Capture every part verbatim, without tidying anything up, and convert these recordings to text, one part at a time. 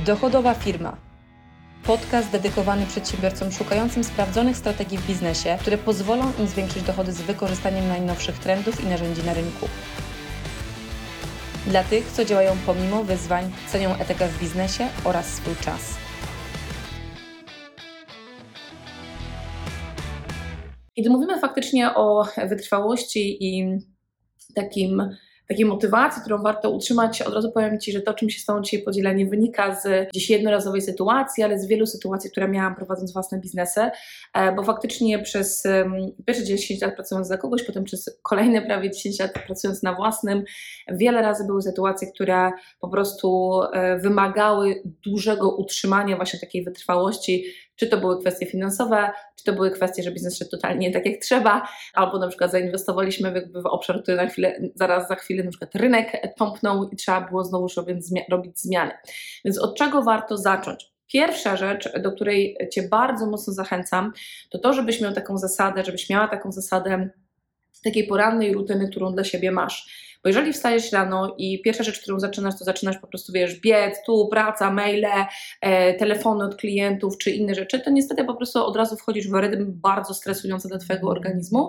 Dochodowa firma. Podcast dedykowany przedsiębiorcom szukającym sprawdzonych strategii w biznesie, które pozwolą im zwiększyć dochody z wykorzystaniem najnowszych trendów i narzędzi na rynku. Dla tych, co działają pomimo wyzwań, cenią etykę w biznesie oraz swój czas. Kiedy mówimy faktycznie o wytrwałości i takim takiej motywacji, którą warto utrzymać, od razu powiem Ci, że to, czym się z Tobą dzisiaj podzielę, nie wynika z gdzieś jednorazowej sytuacji, ale z wielu sytuacji, które miałam prowadząc własne biznesy, bo faktycznie przez pierwsze dziesięć lat pracując za kogoś, potem przez kolejne prawie dziesięć lat pracując na własnym, wiele razy były sytuacje, które po prostu wymagały dużego utrzymania właśnie takiej wytrwałości. Czy to były kwestie finansowe, czy to były kwestie, że biznes szedł totalnie tak jak trzeba, albo na przykład zainwestowaliśmy w, w obszar, który na chwilę, zaraz za chwilę na przykład rynek tąpnął i trzeba było znowu robić, robić zmiany. Więc od czego warto zacząć? Pierwsza rzecz, do której Cię bardzo mocno zachęcam, to to, żebyś miał taką zasadę, żebyś miała taką zasadę takiej porannej rutyny, którą dla siebie masz. Bo jeżeli wstajesz rano i pierwsza rzecz, którą zaczynasz, to zaczynasz po prostu, wiesz, biec, tu praca, maile, e, telefony od klientów czy inne rzeczy, to niestety po prostu od razu wchodzisz w rytm bardzo stresujący dla Twojego organizmu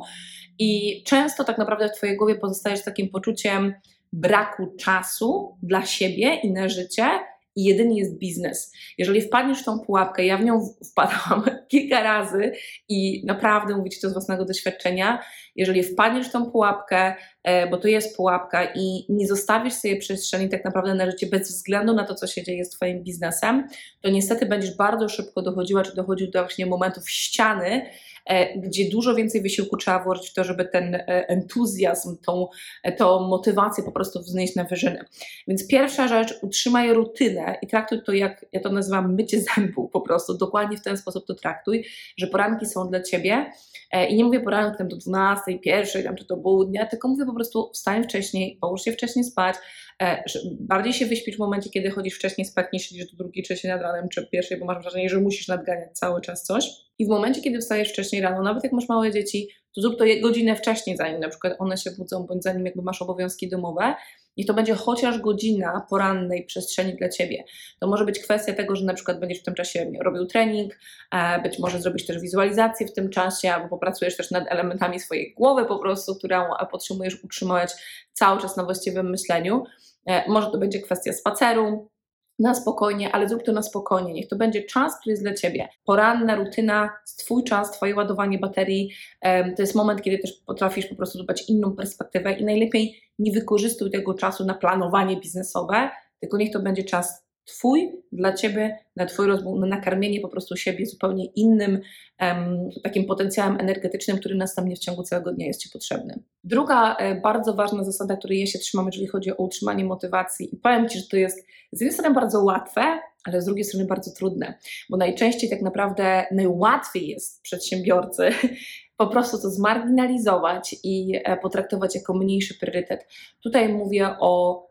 i często tak naprawdę w Twojej głowie pozostajesz z takim poczuciem braku czasu dla siebie i na życie, i jedynie jest biznes. Jeżeli wpadniesz w tą pułapkę, ja w nią wpadałam kilka razy i naprawdę mówię Ci to z własnego doświadczenia, jeżeli wpadniesz w tą pułapkę, bo to jest pułapka i nie zostawisz sobie przestrzeni tak naprawdę na życie bez względu na to, co się dzieje z Twoim biznesem, to niestety będziesz bardzo szybko dochodziła, czy dochodził do właśnie momentów ściany, gdzie dużo więcej wysiłku trzeba włożyć w to, żeby ten entuzjazm, tą, tą motywację po prostu wznieść na wyżyny. Więc pierwsza rzecz, utrzymaj rutynę i traktuj to, jak ja to nazywam mycie zębów po prostu, dokładnie w ten sposób to traktuj, że poranki są dla Ciebie i nie mówię poranek tam do dwunastej, pierwszej, tam czy do południa, tylko mówię po prostu wstań wcześniej, połóż się wcześniej spać, bardziej się wyśpisz w momencie, kiedy chodzisz wcześniej spać, niż siedzisz do drugiej, trzeciej nad ranem, czy pierwszej, bo masz wrażenie, że musisz nadganiać cały czas coś. I w momencie, kiedy wstajesz wcześniej rano, nawet jak masz małe dzieci, to zrób to godzinę wcześniej, zanim na przykład one się budzą, bądź zanim jakby masz obowiązki domowe. Niech to będzie chociaż godzina porannej przestrzeni dla Ciebie. To może być kwestia tego, że na przykład będziesz w tym czasie robił trening, być może zrobisz też wizualizację w tym czasie, albo popracujesz też nad elementami swojej głowy po prostu, którą potrzebujesz utrzymać cały czas na właściwym myśleniu. Może to będzie kwestia spaceru, na spokojnie, ale zrób to na spokojnie. Niech to będzie czas, który jest dla Ciebie. Poranna rutyna, Twój czas, Twoje ładowanie baterii. To jest moment, kiedy też potrafisz po prostu dbać inną perspektywę i najlepiej nie wykorzystuj tego czasu na planowanie biznesowe, tylko niech to będzie czas Twój, dla Ciebie, na Twój rozwój, na nakarmienie po prostu siebie zupełnie innym um, takim potencjałem energetycznym, który następnie w ciągu całego dnia jest Ci potrzebny. Druga e, bardzo ważna zasada, której ja się trzymam, jeżeli chodzi o utrzymanie motywacji, i powiem Ci, że to jest z jednej strony bardzo łatwe, ale z drugiej strony bardzo trudne, bo najczęściej tak naprawdę najłatwiej jest przedsiębiorcy po prostu to zmarginalizować i e, potraktować jako mniejszy priorytet. Tutaj mówię o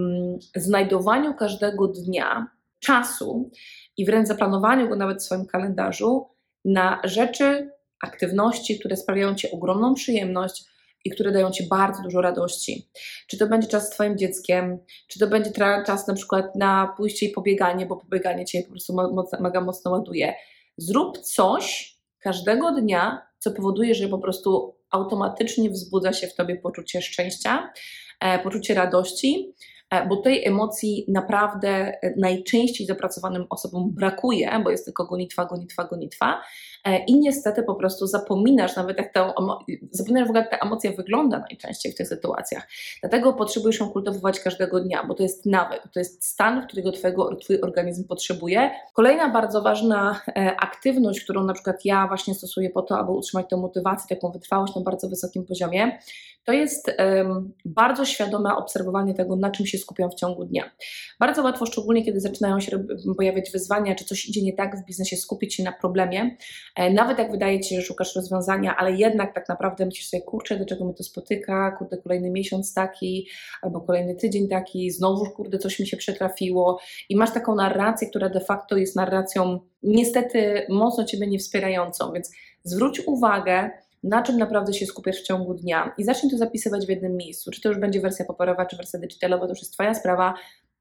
znajdowaniu każdego dnia czasu i wręcz zaplanowaniu go nawet w swoim kalendarzu na rzeczy, aktywności, które sprawiają Ci ogromną przyjemność i które dają Ci bardzo dużo radości. Czy to będzie czas z Twoim dzieckiem, czy to będzie czas na przykład na pójście i pobieganie, bo pobieganie Cię po prostu mocno, mega mocno ładuje. Zrób coś każdego dnia, co powoduje, że po prostu automatycznie wzbudza się w Tobie poczucie szczęścia, poczucie radości, bo tej emocji naprawdę najczęściej zapracowanym osobom brakuje, bo jest tylko gonitwa, gonitwa, gonitwa i niestety po prostu zapominasz nawet jak ta, zapominasz w ogóle jak ta emocja wygląda najczęściej w tych sytuacjach. Dlatego potrzebujesz ją kultywować każdego dnia, bo to jest nawyk, to jest stan, którego twojego, Twój organizm potrzebuje. Kolejna bardzo ważna aktywność, którą na przykład ja właśnie stosuję po to, aby utrzymać tę motywację, taką wytrwałość na bardzo wysokim poziomie, to jest um, bardzo świadome obserwowanie tego, na czym się skupiam w ciągu dnia. Bardzo łatwo, szczególnie kiedy zaczynają się pojawiać wyzwania, czy coś idzie nie tak w biznesie, skupić się na problemie. E, nawet jak wydaje Ci się, że szukasz rozwiązania, ale jednak tak naprawdę myślisz sobie, kurczę, do czego mnie to spotyka, kurde, kolejny miesiąc taki, albo kolejny tydzień taki, znowu, kurde, coś mi się przetrafiło i masz taką narrację, która de facto jest narracją niestety mocno Ciebie nie wspierającą, więc zwróć uwagę, na czym naprawdę się skupiasz w ciągu dnia i zacznij to zapisywać w jednym miejscu. Czy to już będzie wersja papierowa, czy wersja digitalowa, to już jest Twoja sprawa.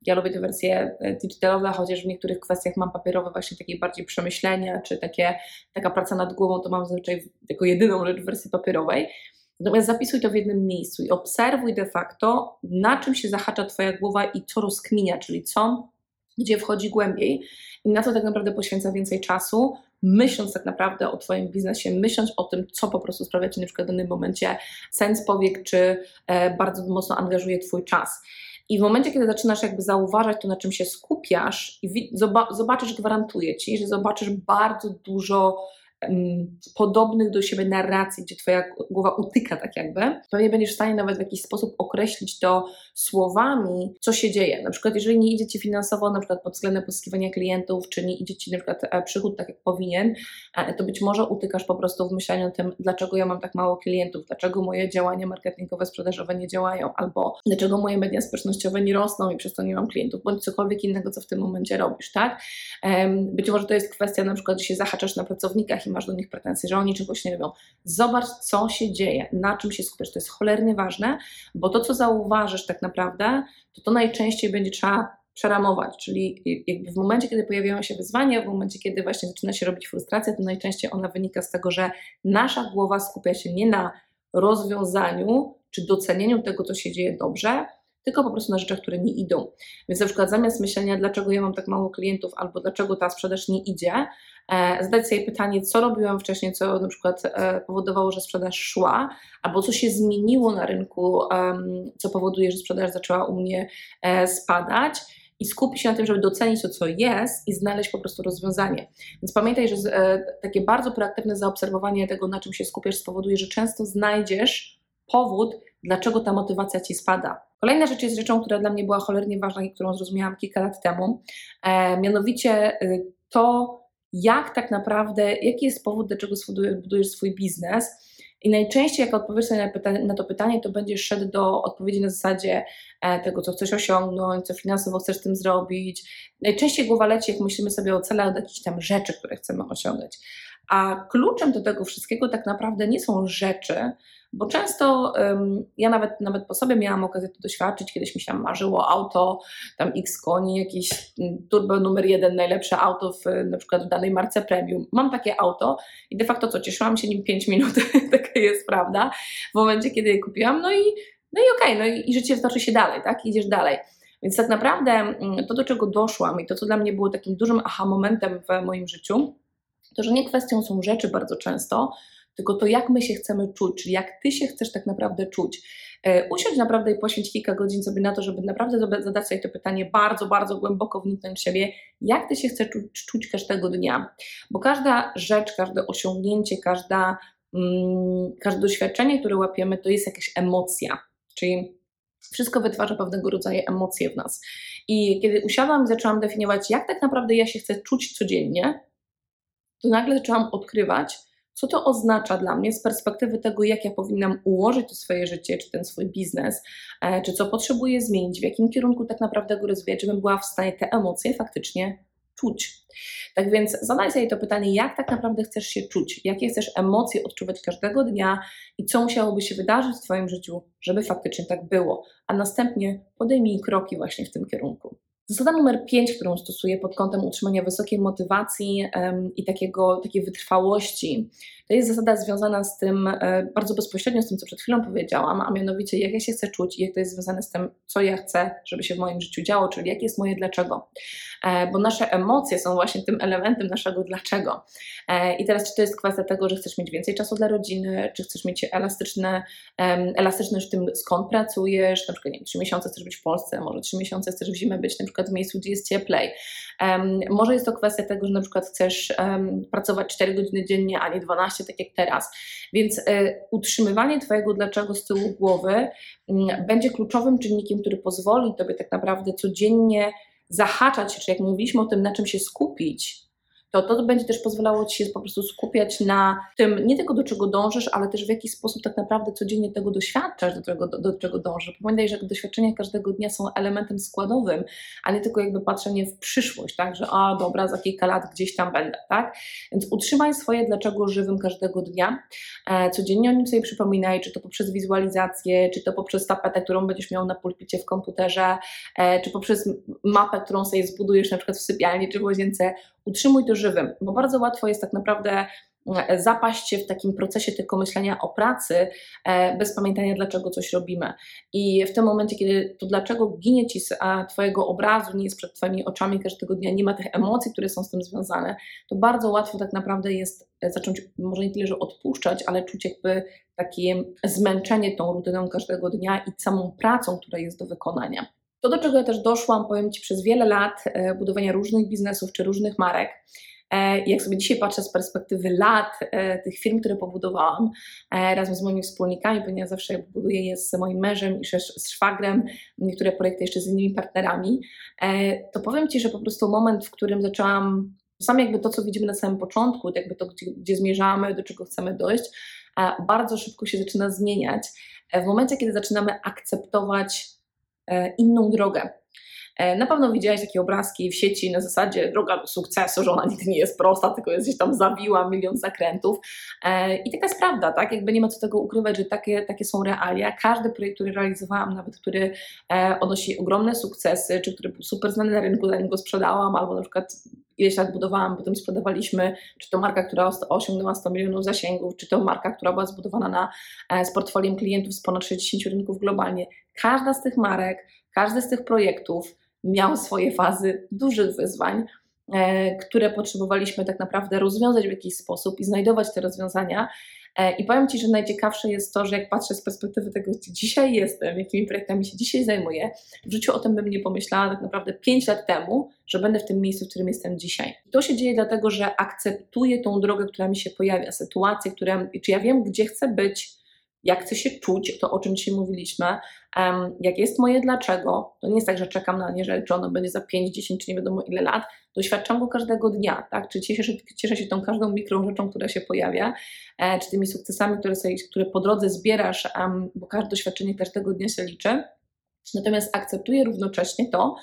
Ja lubię te wersje digitalowe, chociaż w niektórych kwestiach mam papierowe właśnie takie bardziej przemyślenia, czy takie, taka praca nad głową, to mam zazwyczaj jako jedyną rzecz w wersji papierowej. Natomiast zapisuj to w jednym miejscu i obserwuj de facto, na czym się zahacza Twoja głowa i co rozkminia, czyli co, gdzie wchodzi głębiej i na co tak naprawdę poświęca więcej czasu, myśląc tak naprawdę o Twoim biznesie, myśląc o tym, co po prostu sprawia Ci na przykład w danym momencie sens powiek, czy e, bardzo mocno angażuje Twój czas. I w momencie, kiedy zaczynasz jakby zauważać to, na czym się skupiasz i zobaczysz, gwarantuję Ci, że zobaczysz bardzo dużo um, podobnych do siebie narracji, gdzie Twoja głowa utyka tak jakby, pewnie będziesz w stanie nawet w jakiś sposób określić to słowami, co się dzieje. Na przykład jeżeli nie idzie Ci finansowo, na przykład pod względem pozyskiwania klientów, czy nie idzie Ci na przykład e, przychód tak jak powinien, e, to być może utykasz po prostu w myśleniu o tym, dlaczego ja mam tak mało klientów, dlaczego moje działania marketingowe, sprzedażowe nie działają, albo dlaczego moje media społecznościowe nie rosną i przez to nie mam klientów, bądź cokolwiek innego, co w tym momencie robisz, tak? E, być może to jest kwestia na przykład, że się zahaczasz na pracownikach i masz do nich pretensje, że oni czegoś nie robią. Zobacz, co się dzieje, na czym się skupiasz. To jest cholernie ważne, bo to, co zauważysz tak naprawdę, to to najczęściej będzie trzeba przeramować, czyli jakby w momencie, kiedy pojawiają się wyzwania, w momencie, kiedy właśnie zaczyna się robić frustracja, to najczęściej ona wynika z tego, że nasza głowa skupia się nie na rozwiązaniu czy docenieniu tego, co się dzieje dobrze, tylko po prostu na rzeczach, które nie idą. Więc na przykład zamiast myślenia, dlaczego ja mam tak mało klientów, albo dlaczego ta sprzedaż nie idzie, e, zadać sobie pytanie, co robiłam wcześniej, co na przykład e, powodowało, że sprzedaż szła, albo co się zmieniło na rynku, e, co powoduje, że sprzedaż zaczęła u mnie e, spadać, i skupić się na tym, żeby docenić to, co jest i znaleźć po prostu rozwiązanie. Więc pamiętaj, że e, takie bardzo proaktywne zaobserwowanie tego, na czym się skupiasz, spowoduje, że często znajdziesz powód, dlaczego ta motywacja Ci spada. Kolejna rzecz jest rzeczą, która dla mnie była cholernie ważna i którą zrozumiałam kilka lat temu, e, mianowicie e, to, jak tak naprawdę, jaki jest powód, dlaczego budujesz swój biznes. I najczęściej, jak odpowiesz sobie na, pytanie, na to pytanie, to będziesz szedł do odpowiedzi na zasadzie e, tego, co chcesz osiągnąć, co finansowo chcesz z tym zrobić. Najczęściej głowa leci, jak myślimy sobie o celach, od jakichś tam rzeczy, które chcemy osiągnąć. A kluczem do tego wszystkiego tak naprawdę nie są rzeczy, bo często um, ja nawet, nawet po sobie miałam okazję to doświadczyć, kiedyś mi się tam marzyło auto, tam x koni, jakiś turbo numer jeden, najlepsze auto w, na przykład w danej marce premium. Mam takie auto i de facto co, cieszyłam się nim pięć minut, taka jest prawda, w momencie, kiedy je kupiłam, no i, no i okej, okay, no i, i życie toczy się dalej, tak, idziesz dalej. Więc tak naprawdę to, do czego doszłam i to, co dla mnie było takim dużym aha momentem w moim życiu, to, że nie kwestią są rzeczy bardzo często, tylko to, jak my się chcemy czuć, czyli jak Ty się chcesz tak naprawdę czuć. E, usiądź naprawdę i poświęć kilka godzin sobie na to, żeby naprawdę zadać sobie to pytanie bardzo, bardzo głęboko wniknąć w siebie, jak Ty się chcesz czuć, czuć każdego dnia. Bo każda rzecz, każde osiągnięcie, każda, mm, każde doświadczenie, które łapiemy, to jest jakaś emocja, czyli wszystko wytwarza pewnego rodzaju emocje w nas. I kiedy usiadłam i zaczęłam definiować, jak tak naprawdę ja się chcę czuć codziennie, to nagle zaczęłam odkrywać, co to oznacza dla mnie z perspektywy tego, jak ja powinnam ułożyć to swoje życie, czy ten swój biznes, czy co potrzebuję zmienić, w jakim kierunku tak naprawdę go rozwijać, żebym była w stanie te emocje faktycznie czuć. Tak więc zadaj sobie to pytanie, jak tak naprawdę chcesz się czuć, jakie chcesz emocje odczuwać każdego dnia i co musiałoby się wydarzyć w Twoim życiu, żeby faktycznie tak było, a następnie podejmij kroki właśnie w tym kierunku. Zasada numer pięć, którą stosuję pod kątem utrzymania wysokiej motywacji um, i takiego, takiej wytrwałości, to jest zasada związana z tym, e, bardzo bezpośrednio z tym, co przed chwilą powiedziałam, a mianowicie jak ja się chcę czuć i jak to jest związane z tym, co ja chcę, żeby się w moim życiu działo, czyli jakie jest moje dlaczego. E, bo nasze emocje są właśnie tym elementem naszego dlaczego. E, I teraz czy to jest kwestia tego, że chcesz mieć więcej czasu dla rodziny, czy chcesz mieć elastyczne, um, elastyczność w tym, skąd pracujesz, na przykład nie wiem, trzy miesiące chcesz być w Polsce, może trzy miesiące chcesz w zimę być na przykład w miejscu, gdzie jest cieplej. Um, może jest to kwestia tego, że na przykład chcesz um, pracować cztery godziny dziennie, a nie dwanaście, tak jak teraz. Więc y, utrzymywanie Twojego dlaczego z tyłu głowy y, będzie kluczowym czynnikiem, który pozwoli Tobie tak naprawdę codziennie zahaczać się, czy jak mówiliśmy o tym, na czym się skupić, to to będzie też pozwalało Ci się po prostu skupiać na tym, nie tego, do czego dążysz, ale też w jaki sposób tak naprawdę codziennie tego doświadczasz, do czego, do, do czego dążysz. Pamiętaj, że doświadczenia każdego dnia są elementem składowym, a nie tylko jakby patrzenie w przyszłość, tak, że a dobra, za kilka lat gdzieś tam będę, tak? Więc utrzymaj swoje dlaczego żywym każdego dnia. E, codziennie o nim sobie przypominaj, czy to poprzez wizualizację, czy to poprzez tapetę, którą będziesz miał na pulpicie w komputerze, e, czy poprzez mapę, którą sobie zbudujesz na przykład w sypialni, czy w łazience. Utrzymuj to żywym, bo bardzo łatwo jest tak naprawdę zapaść się w takim procesie tylko myślenia o pracy, bez pamiętania, dlaczego coś robimy. I w tym momencie, kiedy to dlaczego ginie Ci z Twojego obrazu, nie jest przed Twoimi oczami każdego dnia, nie ma tych emocji, które są z tym związane, to bardzo łatwo tak naprawdę jest zacząć, może nie tyle, że odpuszczać, ale czuć jakby takie zmęczenie tą rutyną każdego dnia i samą pracą, która jest do wykonania. To, do czego ja też doszłam, powiem Ci, przez wiele lat budowania różnych biznesów czy różnych marek. Jak sobie dzisiaj patrzę z perspektywy lat tych firm, które pobudowałam razem z moimi wspólnikami, ponieważ zawsze ja buduję je z moim mężem i z szwagrem, niektóre projekty jeszcze z innymi partnerami, to powiem Ci, że po prostu moment, w którym zaczęłam, sam jakby to, co widzimy na samym początku, jakby to, gdzie, gdzie zmierzamy, do czego chcemy dojść, bardzo szybko się zaczyna zmieniać. W momencie, kiedy zaczynamy akceptować inną drogę. Na pewno widziałeś takie obrazki w sieci na zasadzie droga do sukcesu, że ona nigdy nie jest prosta, tylko jest gdzieś tam zawiła, milion zakrętów. I taka jest prawda, tak? Jakby nie ma co tego ukrywać, że takie, takie są realia. Każdy projekt, który realizowałam, nawet który odnosi ogromne sukcesy, czy który był super znany na rynku, zanim go sprzedałam, albo na przykład ileś lat budowałam, potem sprzedawaliśmy, czy to marka, która osiągnęła sto milionów zasięgów, czy to marka, która była zbudowana na, z portfoliem klientów z ponad sześćdziesięciu rynków globalnie. Każda z tych marek, każdy z tych projektów miał swoje fazy dużych wyzwań, e, które potrzebowaliśmy tak naprawdę rozwiązać w jakiś sposób i znajdować te rozwiązania. E, I powiem Ci, że najciekawsze jest to, że jak patrzę z perspektywy tego, gdzie dzisiaj jestem, jakimi projektami się dzisiaj zajmuję, w życiu o tym bym nie pomyślała tak naprawdę pięć lat temu, że będę w tym miejscu, w którym jestem dzisiaj. I to się dzieje dlatego, że akceptuję tą drogę, która mi się pojawia, sytuację, które, czy ja wiem, gdzie chcę być, jak chcę się czuć, to o czym dzisiaj mówiliśmy, um, jak jest moje dlaczego, to nie jest tak, że czekam na nie, że czy ono będzie za pięć, dziesięć, czy nie wiadomo ile lat, doświadczam go każdego dnia, tak? Czy cieszę się, cieszę się tą każdą mikrą rzeczą, która się pojawia, e, czy tymi sukcesami, które, sobie, które po drodze zbierasz, um, bo każde doświadczenie każdego dnia się liczy, natomiast akceptuję równocześnie to,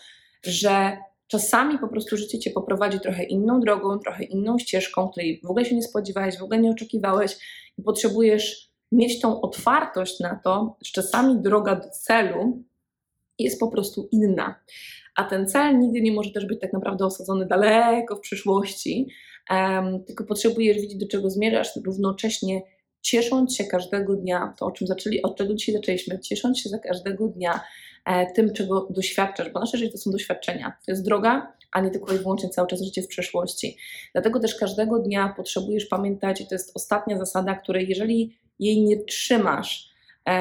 że czasami po prostu życie Cię poprowadzi trochę inną drogą, trochę inną ścieżką, której w ogóle się nie spodziewałeś, w ogóle nie oczekiwałeś i potrzebujesz mieć tą otwartość na to, że czasami droga do celu jest po prostu inna. A ten cel nigdy nie może też być tak naprawdę osadzony daleko w przyszłości, um, tylko potrzebujesz wiedzieć, do czego zmierzasz, równocześnie ciesząc się każdego dnia, to o czym zaczęli, od czego dzisiaj zaczęliśmy, ciesząc się za każdego dnia e, tym, czego doświadczasz, bo nasze życie to są doświadczenia. To jest droga, a nie tylko i wyłącznie cały czas życie w przeszłości. Dlatego też każdego dnia potrzebujesz pamiętać, i to jest ostatnia zasada, której jeżeli jej nie trzymasz,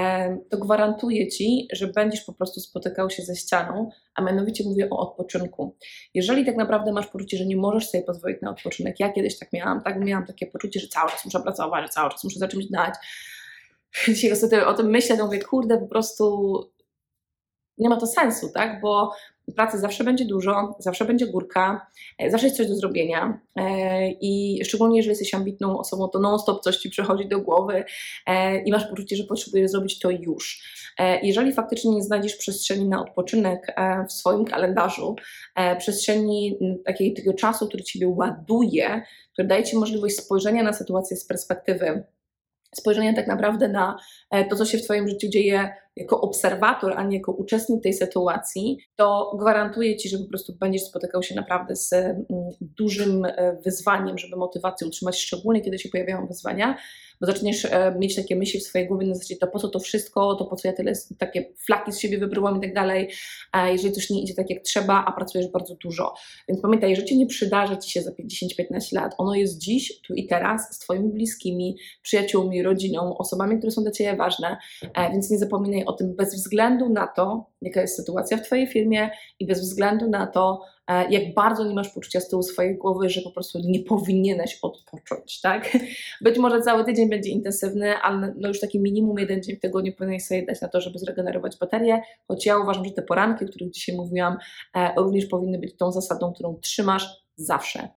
to gwarantuję Ci, że będziesz po prostu spotykał się ze ścianą, a mianowicie mówię o odpoczynku. Jeżeli tak naprawdę masz poczucie, że nie możesz sobie pozwolić na odpoczynek, ja kiedyś tak miałam, tak miałam takie poczucie, że cały czas muszę pracować, że cały czas muszę za czymś dać. Dzisiaj niestety o tym myślę, to mówię, kurde, po prostu nie ma to sensu, tak, bo pracy zawsze będzie dużo, zawsze będzie górka, zawsze jest coś do zrobienia i szczególnie jeżeli jesteś ambitną osobą, to non-stop coś Ci przychodzi do głowy i masz poczucie, że potrzebujesz zrobić to już. Jeżeli faktycznie nie znajdziesz przestrzeni na odpoczynek w swoim kalendarzu, przestrzeni takiego, takiego czasu, który Ciebie ładuje, który daje Ci możliwość spojrzenia na sytuację z perspektywy, spojrzenia tak naprawdę na to, co się w Twoim życiu dzieje jako obserwator, a nie jako uczestnik tej sytuacji, to gwarantuję Ci, że po prostu będziesz spotykał się naprawdę z dużym wyzwaniem, żeby motywację utrzymać, szczególnie kiedy się pojawiają wyzwania, bo zaczniesz mieć takie myśli w swojej głowie na zasadzie, to po co to wszystko, to po co ja tyle takie flaki z siebie wyprułam i tak dalej, jeżeli coś nie idzie tak jak trzeba, a pracujesz bardzo dużo. Więc pamiętaj, życie nie przydarzy Ci się za dziesięć piętnaście lat, ono jest dziś, tu i teraz, z Twoimi bliskimi, przyjaciółmi, rodziną, osobami, które są dla Ciebie ważne, więc nie zapominaj o tym bez względu na to, jaka jest sytuacja w Twojej firmie i bez względu na to, jak bardzo nie masz poczucia z tyłu swojej głowy, że po prostu nie powinieneś odpocząć, tak? Być może cały tydzień będzie intensywny, ale no już taki minimum jeden dzień w tygodniu powinieneś sobie dać na to, żeby zregenerować baterię, choć ja uważam, że te poranki, o których dzisiaj mówiłam, również powinny być tą zasadą, którą trzymasz zawsze.